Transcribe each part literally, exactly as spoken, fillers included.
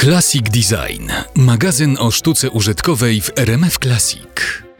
Classic Design. Magazyn o sztuce użytkowej w R M F Classic.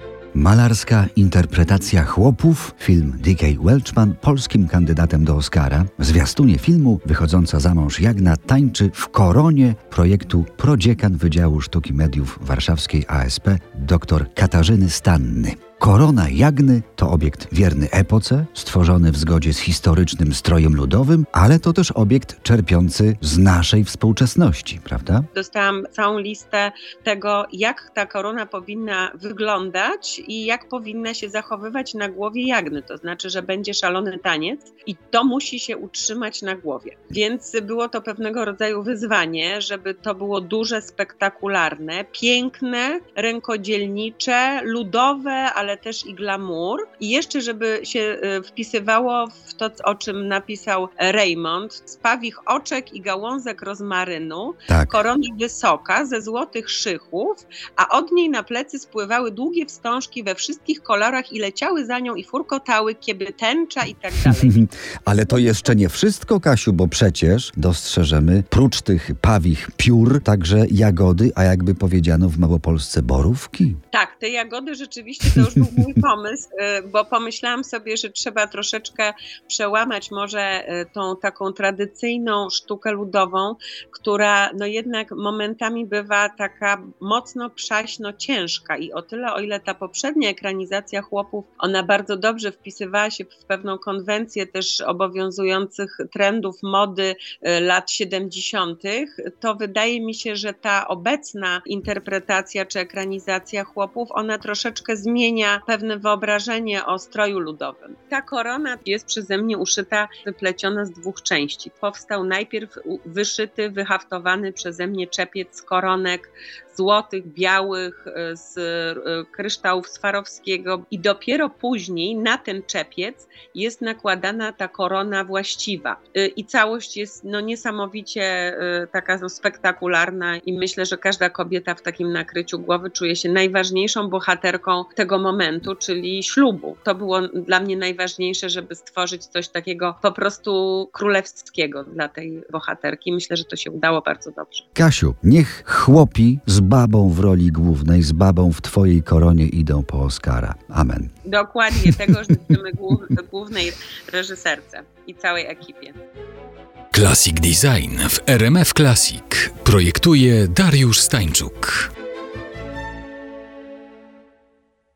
Malarska interpretacja Chłopów, film D K Welchman, polskim kandydatem do Oscara. W zwiastunie filmu wychodząca za mąż Jagna tańczy w koronie projektu prodziekan Wydziału Sztuki Mediów Warszawskiej A S P dr Katarzyny Stanny. Korona Jagny to obiekt wierny epoce, stworzony w zgodzie z historycznym strojem ludowym, ale to też obiekt czerpiący z naszej współczesności, prawda? Dostałam całą listę tego, jak ta korona powinna wyglądać i jak powinna się zachowywać na głowie Jagny. To znaczy, że będzie szalony taniec i to musi się utrzymać na głowie. Więc było to pewnego rodzaju wyzwanie, żeby to było duże, spektakularne, piękne, rękodzielnicze, ludowe, ale ale też i glamour. I jeszcze, żeby się wpisywało w to, o czym napisał Raymond, z pawich oczek i gałązek rozmarynu, tak. Korona wysoka, ze złotych szychów, a od niej na plecy spływały długie wstążki we wszystkich kolorach i leciały za nią i furkotały, kieby tęcza i tak dalej. Ale to jeszcze nie wszystko, Kasiu, bo przecież dostrzeżemy prócz tych pawich piór także jagody, a jakby powiedziano w Małopolsce borówki. Tak, te jagody rzeczywiście to już był mój pomysł, bo pomyślałam sobie, że trzeba troszeczkę przełamać może tą taką tradycyjną sztukę ludową, która no jednak momentami bywa taka mocno przaśno ciężka i o tyle, o ile ta poprzednia ekranizacja Chłopów, ona bardzo dobrze wpisywała się w pewną konwencję też obowiązujących trendów mody lat siedemdziesiątych, to wydaje mi się, że ta obecna interpretacja czy ekranizacja Chłopów, ona troszeczkę zmienia pewne wyobrażenie o stroju ludowym. Ta korona jest przeze mnie uszyta, wypleciona z dwóch części. Powstał najpierw wyszyty, wyhaftowany przeze mnie czepiec z koronek złotych, białych, z kryształów Swarowskiego i dopiero później na ten czepiec jest nakładana ta korona właściwa. I całość jest no, niesamowicie taka no, spektakularna i myślę, że każda kobieta w takim nakryciu głowy czuje się najważniejszą bohaterką tego momentu, czyli ślubu. To było dla mnie najważniejsze, żeby stworzyć coś takiego po prostu królewskiego dla tej bohaterki. Myślę, że to się udało bardzo dobrze. Kasiu, niech chłopi z babą w roli głównej, z babą w twojej koronie idą po Oscara. Amen. Dokładnie, tego życzymy głównej reżyserce i całej ekipie. Classic Design w R M F Classic projektuje Dariusz Stańczuk.